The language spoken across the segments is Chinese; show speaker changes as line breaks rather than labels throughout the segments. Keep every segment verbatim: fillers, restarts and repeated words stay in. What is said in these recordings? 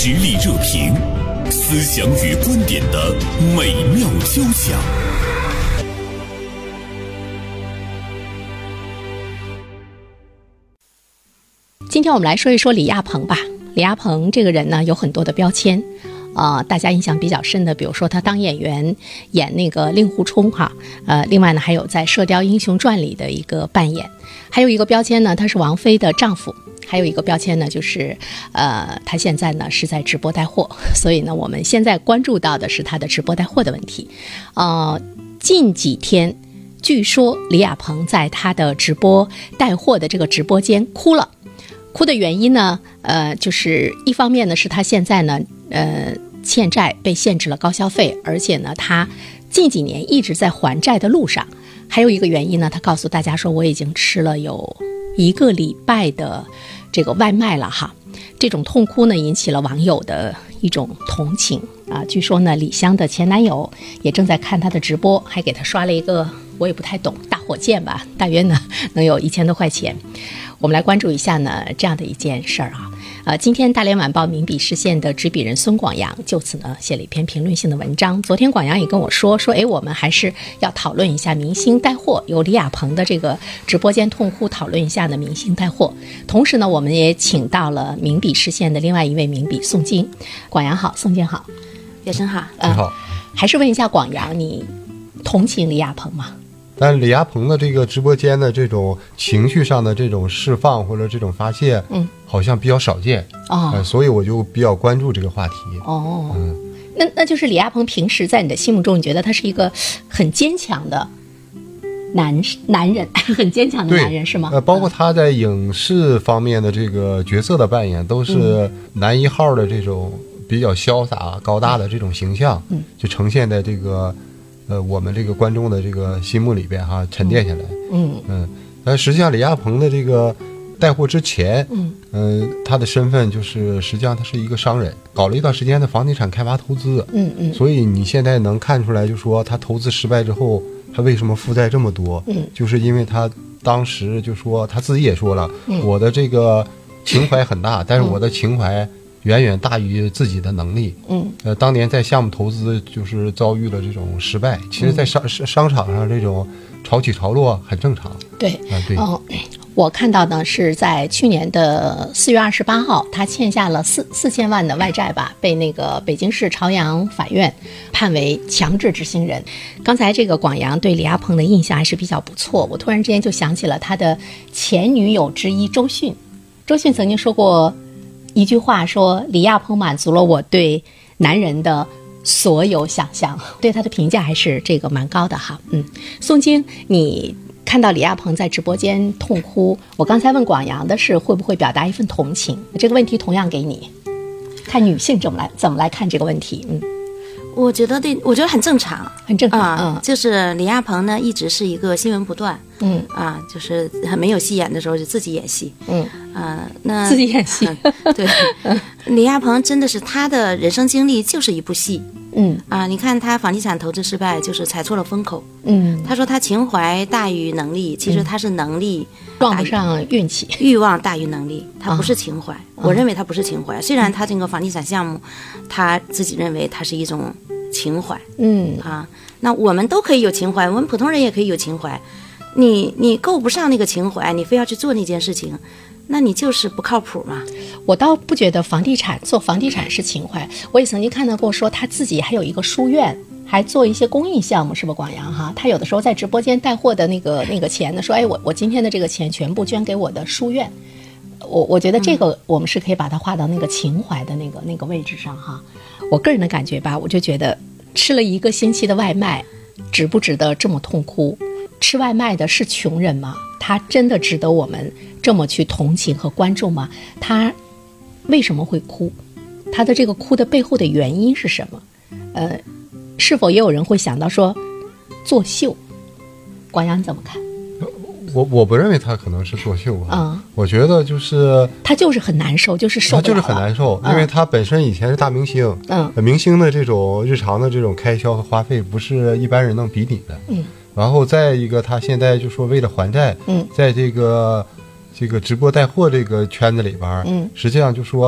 实力热评，思想与观点的美妙交响。
今天我们来说一说李亚鹏吧。李亚鹏这个人呢，有很多的标签。呃，大家印象比较深的，比如说他当演员演那个令狐冲哈，呃，另外呢还有在《射雕英雄传》里的一个扮演，还有一个标签呢，他是王菲的丈夫，还有一个标签呢，就是呃，他现在呢是在直播带货，所以呢，我们现在关注到的是他的直播带货的问题。呃，近几天，据说李亚鹏在他的直播带货的这个直播间哭了。哭的原因呢，呃，就是一方面呢是他现在呢，呃，欠债被限制了高消费，而且呢，他近几年一直在还债的路上。还有一个原因呢，他告诉大家说，我已经吃了有一个礼拜的这个外卖了哈。这种痛哭呢，引起了网友的一种同情啊。据说呢，李湘的前男友也正在看他的直播，还给他刷了一个我也不太懂大火箭吧，大约呢能有一千多块钱。我们来关注一下呢这样的一件事儿啊，呃，今天大连晚报名笔视线的执笔人孙广阳就此呢写了一篇评论性的文章。昨天广阳也跟我说说，哎，我们还是要讨论一下明星带货，由李亚鹏的这个直播间痛哭讨论一下呢明星带货。同时呢，我们也请到了名笔视线的另外一位名笔宋晶。广阳好，宋晶好。
叶生好。
你好、呃。
还是问一下广阳，你同情李亚鹏吗？
但李亚鹏的这个直播间的这种情绪上的这种释放或者这种发泄，嗯，好像比较少见哦、呃，所以我就比较关注这个话题。
哦，嗯，那那就是李亚鹏平时在你的心目中，你觉得他是一个很坚强的男男人，很坚强的男人是吗？
呃，包括他在影视方面的这个角色的扮演，都是男一号的这种比较潇洒高大的这种形象，嗯，就呈现在这个。呃，我们这个观众的这个心目里边哈沉淀下来，嗯嗯，但实际上李亚鹏的这个带货之前，嗯嗯、呃，他的身份就是实际上他是一个商人，搞了一段时间的房地产开发投资，嗯嗯，所以你现在能看出来，就说他投资失败之后，他为什么负债这么多？嗯，就是因为他当时就说他自己也说了，嗯、我的这个情怀很大，但是我的情怀。远远大于自己的能力。嗯，呃，当年在项目投资就是遭遇了这种失败。其实，在商、嗯、商场上这种潮起潮落很正常。
对，
啊，对。
哦，我看到呢是在去年的四月二十八号，他欠下了四四千万的外债吧，被那个北京市朝阳法院判为强制执行人。刚才这个广阳对李亚鹏的印象还是比较不错，我突然之间就想起了他的前女友之一周迅。周迅曾经说过。一句话说，李亚鹏满足了我对男人的所有想象，对他的评价还是这个蛮高的哈。嗯，宋晶，你看到李亚鹏在直播间痛哭，我刚才问广阳的是会不会表达一份同情，这个问题同样给你，看女性怎么来怎么来看这个问题。嗯，
我觉得对，我觉得很正常，
很正常
啊、嗯。就是李亚鹏呢，一直是一个新闻不断，嗯啊，就是没有戏演的时候就自己演戏，嗯啊，那
自己演戏，
嗯、对，李亚鹏真的是他的人生经历就是一部戏，嗯啊，你看他房地产投资失败，就是踩错了风口，嗯，他说他情怀大于能力，其实他是能力
撞不上运气，
欲望大于能力，他不是情怀，啊、我认为他不是情怀，虽然他这个房地产项目，他自己认为他是一种。情怀，嗯啊，那我们都可以有情怀，我们普通人也可以有情怀。你你够不上那个情怀，你非要去做那件事情，那你就是不靠谱嘛。
我倒不觉得房地产做房地产是情怀，我也曾经看到过说他自己还有一个书院，还做一些公益项目，是不广阳哈？他有的时候在直播间带货的那个那个钱呢，说哎我我今天的这个钱全部捐给我的书院。我我觉得这个我们是可以把它划到那个情怀的那个那个位置上哈。我个人的感觉吧，我就觉得吃了一个星期的外卖，值不值得这么痛哭？吃外卖的是穷人吗？他真的值得我们这么去同情和关注吗？他为什么会哭？他的这个哭的背后的原因是什么？呃，是否也有人会想到说作秀？广阳你怎么看？
我我不认为他可能是作秀啊、嗯，我觉得就是
他就是很难受，就是受不了了，
他就是很难受，因为他本身以前是大明星，嗯，明星的这种日常的这种开销和花费不是一般人能比拟的，嗯，然后再一个他现在就说为了还债，嗯，在这个这个直播带货这个圈子里边，嗯，实际上就说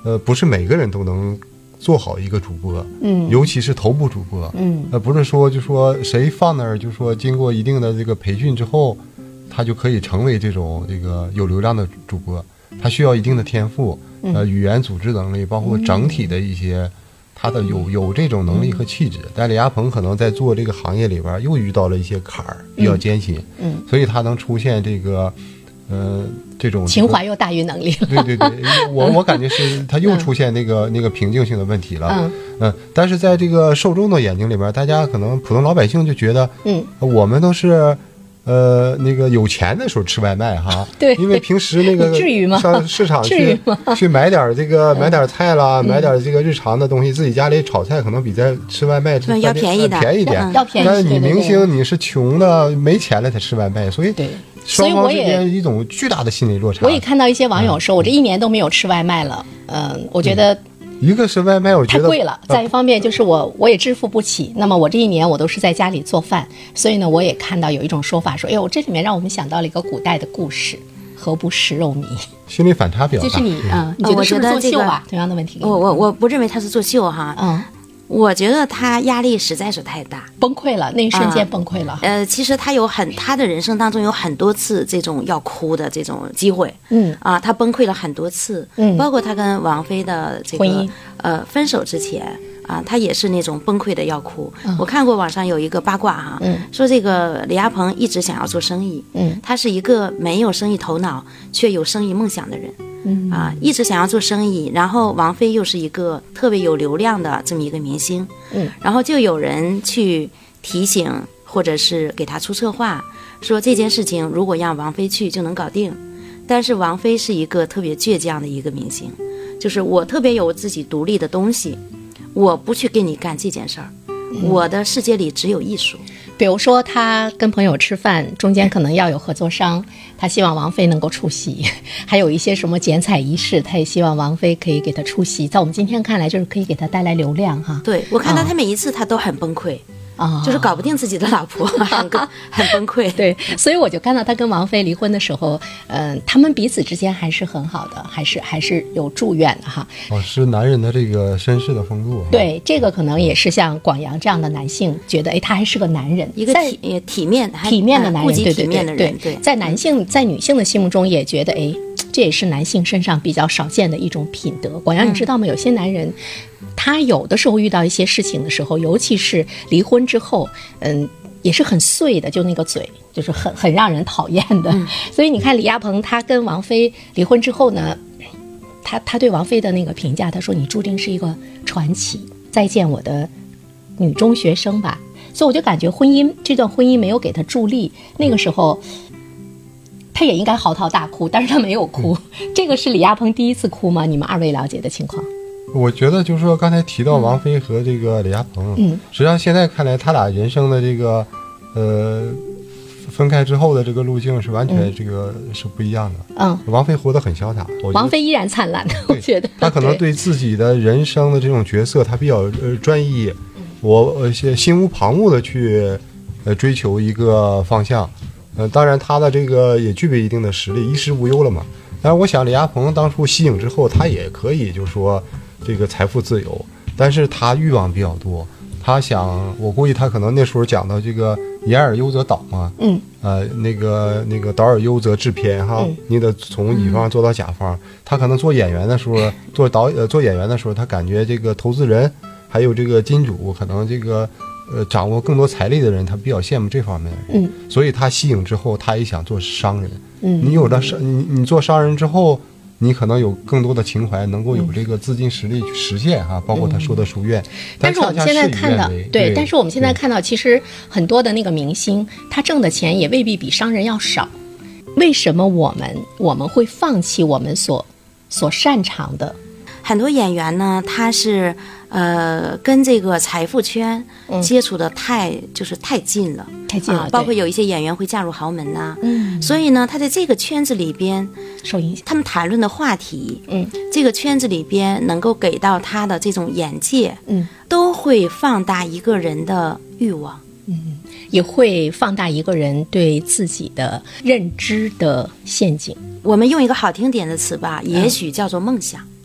呃，不是每个人都能做好一个主播，嗯，尤其是头部主播，嗯，呃，不是说就说谁放那儿，就说经过一定的这个培训之后，他就可以成为这种这个有流量的主播，他需要一定的天赋，呃，语言组织能力，包括整体的一些。他的有有这种能力和气质，但李亚鹏可能在做这个行业里边又遇到了一些坎儿，比较艰辛，嗯，所以他能出现这个，呃，这种
情怀又大于能力了。
对对对，我我感觉是他又出现那个、嗯、那个瓶颈性的问题了，嗯嗯，但是在这个受众的眼睛里边，大家可能普通老百姓就觉得，嗯，我们都是。呃，那个有钱的时候吃外卖哈，
对，
因为平时那个
至于吗？
上市场去去买点这个买点菜啦，嗯、买点这个日常的东西，自己家里炒菜可能比在吃外卖
要便宜的，
便宜点，
要便宜。
但是你明星你是穷的没钱了才吃外卖，所以
对。
双方之间一种巨大的心理落差。
我也看到一些网友说，我这一年都没有吃外卖了，嗯、呃，我觉得。嗯
一个是外卖，我觉得
太贵了；再一方面就是我我也支付不起。那么我这一年我都是在家里做饭，所以呢，我也看到有一种说法说，哎呦，这里面让我们想到了一个古代的故事：何不食肉糜？
心理反差比较大。
就是你啊、嗯，你觉得是不是做秀啊？同样的问题。
我我我不认为他是做秀哈，嗯。我觉得他压力实在是太大，
崩溃了，那一瞬间崩溃了。
呃，其实他有很，他的人生当中有很多次这种要哭的这种机会，嗯啊，他崩溃了很多次，嗯，包括他跟王菲的这个
婚姻，
呃，分手之前啊，他也是那种崩溃的要哭。嗯、我看过网上有一个八卦哈，嗯，说这个李亚鹏一直想要做生意，嗯，他是一个没有生意头脑却有生意梦想的人。嗯啊，一直想要做生意，然后王菲又是一个特别有流量的这么一个明星，嗯，然后就有人去提醒或者是给他出策划，说这件事情如果让王菲去就能搞定，但是王菲是一个特别倔强的一个明星，就是我特别有自己独立的东西，我不去跟你干这件事儿，嗯、我的世界里只有艺术。
比如说他跟朋友吃饭中间可能要有合作商，他希望王菲能够出席，还有一些什么剪彩仪式他也希望王菲可以给他出席，在我们今天看来就是可以给他带来流量哈。
对，我看到他每一次他都很崩溃啊、哦，就是搞不定自己的老婆，很很崩溃。
对，所以我就看到他跟王菲离婚的时候，嗯、呃，他们彼此之间还是很好的，还是还是有祝愿的哈。
哦，是男人的这个绅士的风度。
对，这个可能也是像广阳这样的男性觉得，哎，他还是个男人，
一个体体面
体面的男人，
对对对对对，
在男性在女性的心目中也觉得，哎，这也是男性身上比较少见的一种品德。广阳，你知道吗？有些男人。他有的时候遇到一些事情的时候，尤其是离婚之后，嗯，也是很碎的，就那个嘴，就是很很让人讨厌的。嗯、所以你看李亚鹏他跟王菲离婚之后呢，他他对王菲的那个评价，他说你注定是一个传奇，再见我的女中学生吧。所以我就感觉婚姻这段婚姻没有给他助力，那个时候。他也应该嚎啕大哭，但是他没有哭。嗯、这个是李亚鹏第一次哭吗？你们二位了解的情况？
我觉得就是说，刚才提到王菲和这个李亚鹏，嗯，实际上现在看来，他俩人生的这个，呃，分开之后的这个路径是完全这个是不一样的。嗯，王菲活得很潇洒，
王菲依然灿烂，我觉得
他可能对自己的人生的这种角色，他比较呃专一，我呃心无旁骛的去呃追求一个方向。呃，当然他的这个也具备一定的实力，衣食无忧了嘛。但是我想李亚鹏当初息影之后，他也可以就是说这个财富自由，但是他欲望比较多，他想，我估计他可能那时候讲到这个言而优则导嘛，嗯，呃，那个那个导而优则制片哈，嗯、你得从乙方做到甲方。嗯、他可能做演员的时候，做导呃做演员的时候，他感觉这个投资人还有这个金主可能这个。呃，掌握更多财力的人，他比较羡慕这方面的人，嗯，所以他息影之后，他也想做商人，嗯，你有了商，你你做商人之后，你可能有更多的情怀，能够有这个资金实力去实现哈、啊，包括他说的书院。嗯、
但是我们现在看到，对，
对，
但是我们现在看到，其实很多的那个明星，他挣的钱也未必比商人要少。为什么我们我们会放弃我们所所擅长的？
很多演员呢，他是呃跟这个财富圈接触的太、嗯、就是太近了，
太近了、
啊。包括有一些演员会嫁入豪门呐、啊，嗯，所以呢，他在这个圈子里边
受影响。
他们谈论的话题，嗯，这个圈子里边能够给到他的这种眼界，嗯，都会放大一个人的欲望，
嗯，也会放大一个人对自己的认知的陷阱。
我们用一个好听点的词吧，也许叫做梦想。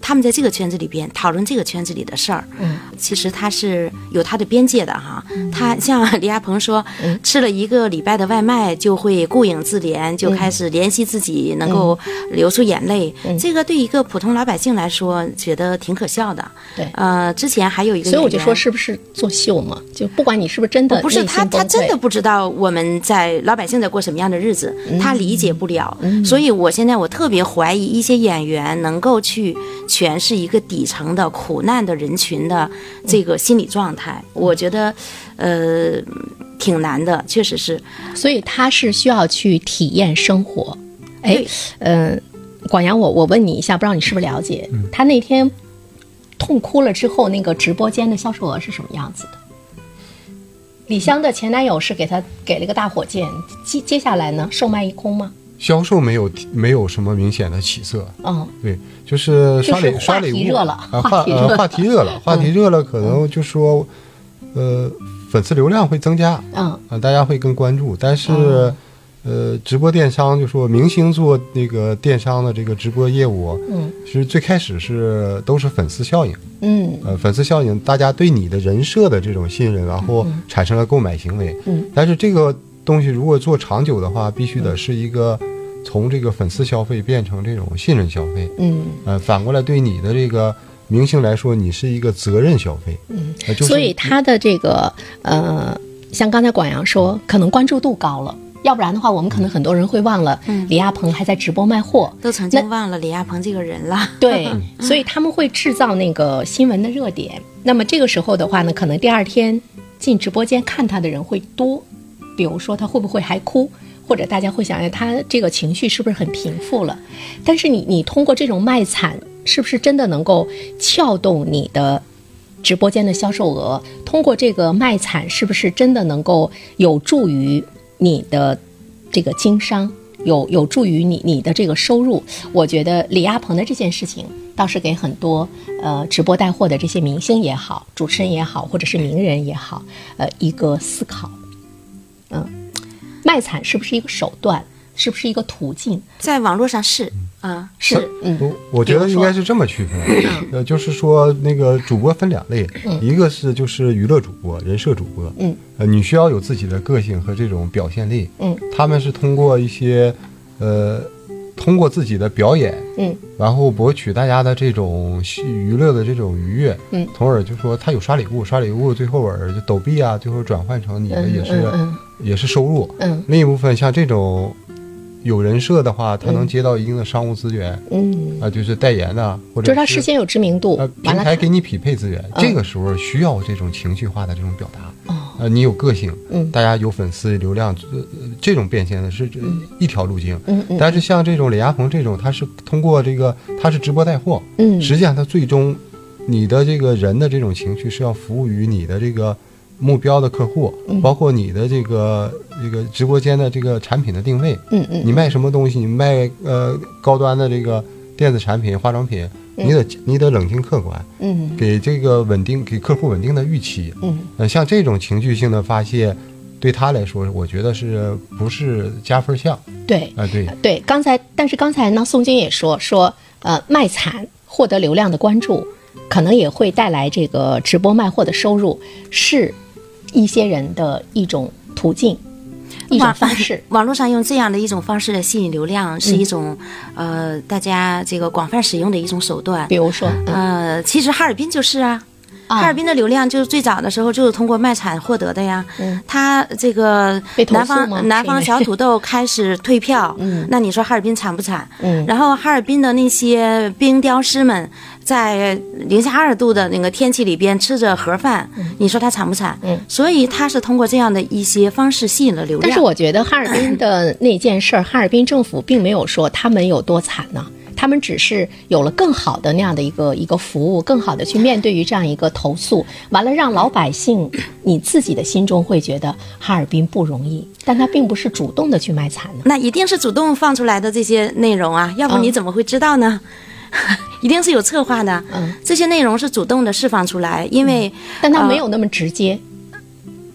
他们在这个圈子里边讨论这个圈子里的事儿，嗯，其实他是有他的边界的哈。嗯、他像李亚鹏说，嗯、吃了一个礼拜的外卖就会顾影自怜，就开始怜惜自己，能够流出眼泪。嗯、这个对一个普通老百姓来说，觉得挺可笑的。
对，
呃，之前还有一个，
所以我就说是不是作秀嘛？就不管你是不是真的，
不是他，他真的不知道我们在老百姓在过什么样的日子，嗯、他理解不了。嗯、所以我现在我特别怀疑一些演员能够去诠释一个底层的苦难的人群的这个心理状态，嗯、我觉得，呃，挺难的，确实是。
所以他是需要去体验生活。哎，呃，广阳，我我问你一下，不知道你是不是了解？嗯、他那天痛哭了之后，那个直播间的销售额是什么样子的？李湘的前男友是给他给了个大火箭，接接下来呢，售卖一空吗？
销售没有没有什么明显的起色，
嗯，
对，就是刷礼刷礼物
热了，
啊，话呃话题热了，话题热了，可能就说，呃，粉丝流量会增加，嗯，啊，大家会更关注，但是，呃，直播电商就说明星做那个电商的这个直播业务，嗯，其实最开始是都是粉丝效应，嗯，呃，粉丝效应，大家对你的人设的这种信任，然后产生了购买行为，嗯，但是这个东西如果做长久的话，必须得是一个。从这个粉丝消费变成这种信任消费，嗯，呃，反过来对你的这个明星来说，你是一个责任消费，嗯，呃就是、
所以他的这个呃，像刚才广阳说，可能关注度高了，要不然的话，我们可能很多人会忘了李亚鹏还在直播卖货，
都曾经忘了李亚鹏这个人了。
对，所以他们会制造那个新闻的热点。那么这个时候的话呢，可能第二天进直播间看他的人会多，比如说他会不会还哭？或者大家会想想他这个情绪是不是很平复了，但是你你通过这种卖惨是不是真的能够撬动你的直播间的销售额，通过这个卖惨是不是真的能够有助于你的这个经商，有有助于你你的这个收入。我觉得李亚鹏的这件事情倒是给很多呃直播带货的这些明星也好，主持人也好，或者是名人也好，呃一个思考。嗯，卖惨是不是一个手段，是不是一个途径？
在网络上是啊，是。
嗯，我觉得应该是这么区分。呃，就是说那个主播分两类，嗯、一个是就是娱乐主播、人设主播，嗯，呃，你需要有自己的个性和这种表现力，嗯，他们是通过一些呃。通过自己的表演，嗯，然后博取大家的这种娱乐的这种愉悦，嗯，从而就说他有刷礼物，刷礼物最后儿就抖币啊，最后转换成你的也是、嗯嗯、也是收入，嗯，另一部分像这种有人设的话，他能接到一定的商务资源，嗯，啊、呃，就是代言的、啊，或者
就是他事先有知名度，
呃，平台给你匹配资源，嗯、这个时候需要这种情绪化的这种表达，哦，呃，你有个性，嗯，大家有粉丝流量，呃，这种变现的是一条路径，嗯嗯，但是像这种李亚鹏这种，他是通过这个，他是直播带货，嗯，实际上他最终你的这个人的这种情绪是要服务于你的这个目标的客户，嗯、包括你的这个这个直播间的这个产品的定位，嗯嗯，你卖什么东西？你卖呃高端的这个电子产品、化妆品，嗯、你得你得冷静客观，嗯，给这个稳定给客户稳定的预期，嗯，呃，像这种情绪性的发泄，对他来说，我觉得是不是加分项？
对啊、呃，对对，刚才但是刚才呢，宋军也说说呃卖惨获得流量的关注，可能也会带来这个直播卖货的收入，是一些人的一种途径，一种方式。
网络上用这样的一种方式来吸引流量，是一种、嗯、呃大家这个广泛使用的一种手段。
比如说，
呃，其实哈尔滨就是啊。哈尔滨的流量就是最早的时候就是通过卖惨获得的呀。嗯，他这个南方南方小土豆开始退票，嗯，那你说哈尔滨惨不惨？嗯，然后哈尔滨的那些冰雕师们在零下二度的那个天气里边吃着盒饭，嗯、你说他惨不惨？嗯，所以他是通过这样的一些方式吸引了流量。
但是我觉得哈尔滨的那件事儿，哈尔滨政府并没有说他们有多惨呢。他们只是有了更好的那样的一个一个服务，更好的去面对于这样一个投诉，完了让老百姓你自己的心中会觉得哈尔滨不容易，但他并不是主动的去卖惨呢。
那一定是主动放出来的这些内容啊，要不你怎么会知道呢？嗯、一定是有策划的，嗯，这些内容是主动的释放出来，因为、嗯、
但他没有那么直接。
呃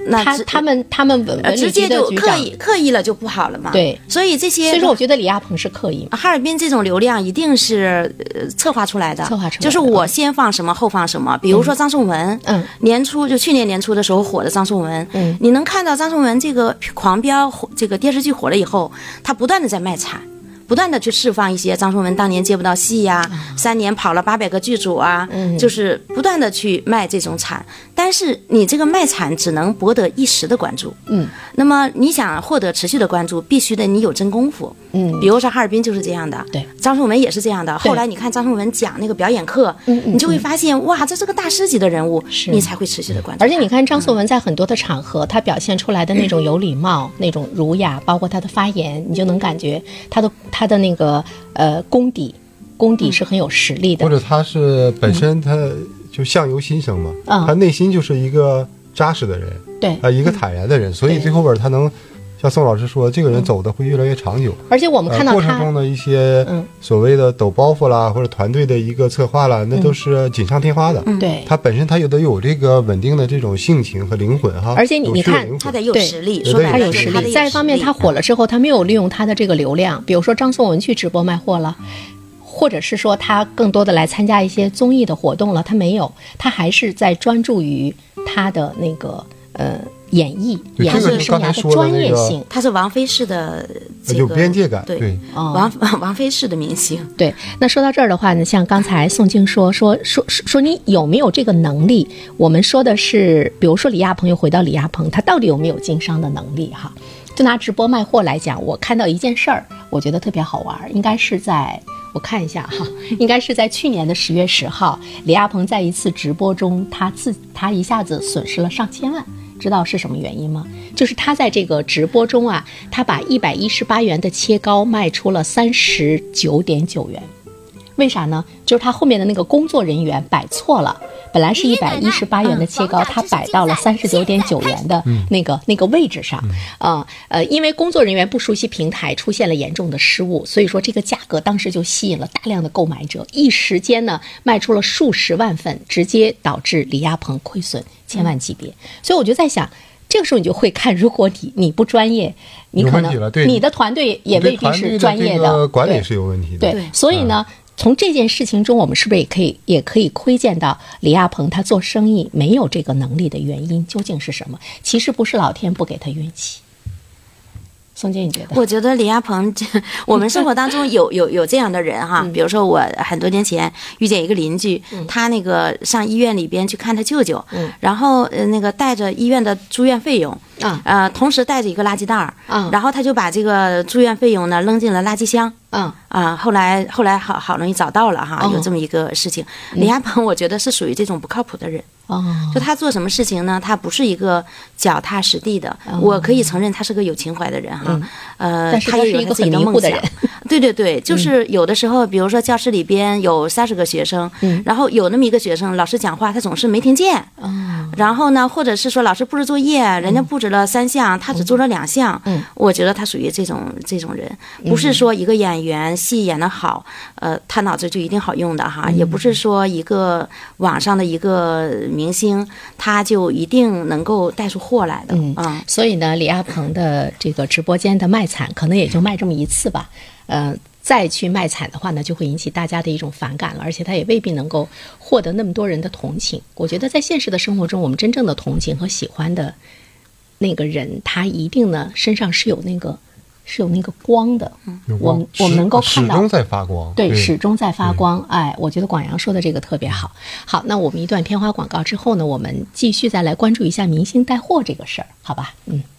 那
他他们他们文文旅局的局长
直接就刻意刻意了就不好了嘛。
对，
所以这些，
所以说我觉得李亚鹏是刻意。
哈尔滨这种流量一定是呃策划出来的，
策划出来的
就是我先放什么后放什么。比如说张颂文，
嗯，
年初就去年年初的时候火的张颂文，
嗯，
你能看到张颂文这个狂飙这个电视剧火了以后，他不断的在卖惨。不断的去释放一些张颂文当年接不到戏呀、啊，三年跑了八百个剧组啊，嗯、就是不断的去卖这种惨。但是你这个卖惨只能博得一时的关注，嗯，那么你想获得持续的关注，必须得你有真功夫，嗯，比如说哈尔滨就是这样的，对，张颂文也是这样的。后来你看张颂文讲那个表演课，嗯嗯、你就会发现哇，这是个大师级的人物，你才会持续的关注。
而且你看张颂文在很多的场合，嗯、他表现出来的那种有礼貌、嗯、那种儒雅，包括他的发言，你就能感觉他的。他的那个呃功底，功底是很有实力的，
或者他是本身他就相由心生嘛，嗯、他内心就是一个扎实的人，
对
啊、呃，一个坦然的人，嗯、所以最后边他能像宋老师说，这个人走的会越来越长久。
而且我们看到他、
呃、过程中的一些所谓的抖包袱啦，或者团队的一个策划啦，那都是锦上添花的。
嗯，对，
他本身他有的有这个稳定的这种性情和灵魂哈。
而且你你看，
他得有实力，
说他有实力。再一方面，他火了之后，他没有利用他的这个流量，比如说张颂文去直播卖货了。或者是说他更多的来参加一些综艺的活动了，他没有，他还是在专注于他的那个呃演绎演艺生涯的专业性。
他是王菲式的这个
有边界感，
对，
对
王王菲式的明星。
对，那说到这儿的话呢，像刚才宋晶说说说说你有没有这个能力？我们说的是，比如说李亚鹏，又回到李亚鹏，他到底有没有经商的能力？哈，就拿直播卖货来讲，我看到一件事儿，我觉得特别好玩，应该是在。我看一下哈，应该是在去年的十月十号，李亚鹏在一次直播中，他自他一下子损失了上千万，知道是什么原因吗？就是他在这个直播中啊，他把一百一十八元的切糕卖出了三十九点九元，为啥呢？就是他后面的那个工作人员摆错了。本来是一百一十八元的切糕，它摆到了三十九点九元的那个、嗯、那个位置上，啊、呃，呃，因为工作人员不熟悉平台，出现了严重的失误，所以说这个价格当时就吸引了大量的购买者，一时间呢卖出了数十万份，直接导致李亚鹏亏损千万级别。所以我就在想，这个时候你就会看，如果你你不专业，你可能你的团队也未必是专业的，
的这个管理是有问题的。
对，对对所以呢。嗯从这件事情中，我们是不是也可以也可以窥见到李亚鹏他做生意没有这个能力的原因究竟是什么？其实不是老天不给他运气。宋姐，你觉得？
我觉得李亚鹏，我们生活当中有有有这样的人哈，嗯、比如说我很多年前遇见一个邻居，嗯、他那个上医院里边去看他舅舅，嗯、然后呃那个带着医院的住院费用，啊、呃，同时带着一个垃圾袋儿，啊、然后他就把这个住院费用呢扔进了垃圾箱。嗯啊，后来后来好好容易找到了哈，哦、有这么一个事情。李亚鹏，我觉得是属于这种不靠谱的人。哦，就他做什么事情呢？他不是一个脚踏实地的。哦、我可以承认他是个有情怀的人哈。嗯、呃，
但是他
也有他自己的梦想。对对对，就是有的时候，比如说教室里边有三十个学生，嗯、然后有那么一个学生，老师讲话他总是没听见。哦。然后呢，或者是说老师布置作业，人家布置了三项，他只做了两项。嗯。我觉得他属于这种这种人，不是说一个演员。演戏演得好，呃，他脑子就一定好用的哈，嗯、也不是说一个网上的一个明星，他就一定能够带出货来的。嗯啊，
所以呢，李亚鹏的这个直播间的卖惨，可能也就卖这么一次吧。呃，再去卖惨的话呢，就会引起大家的一种反感了，而且他也未必能够获得那么多人的同情。我觉得在现实的生活中，我们真正的同情和喜欢的那个人，他一定呢身上是有那个。是有那个光的，嗯，我们我们能够看到
始终在发光，
对，始终在发光。哎，我觉得广阳说的这个特别好。好，那我们一段片花广告之后呢，我们继续再来关注一下明星带货这个事儿，好吧？嗯。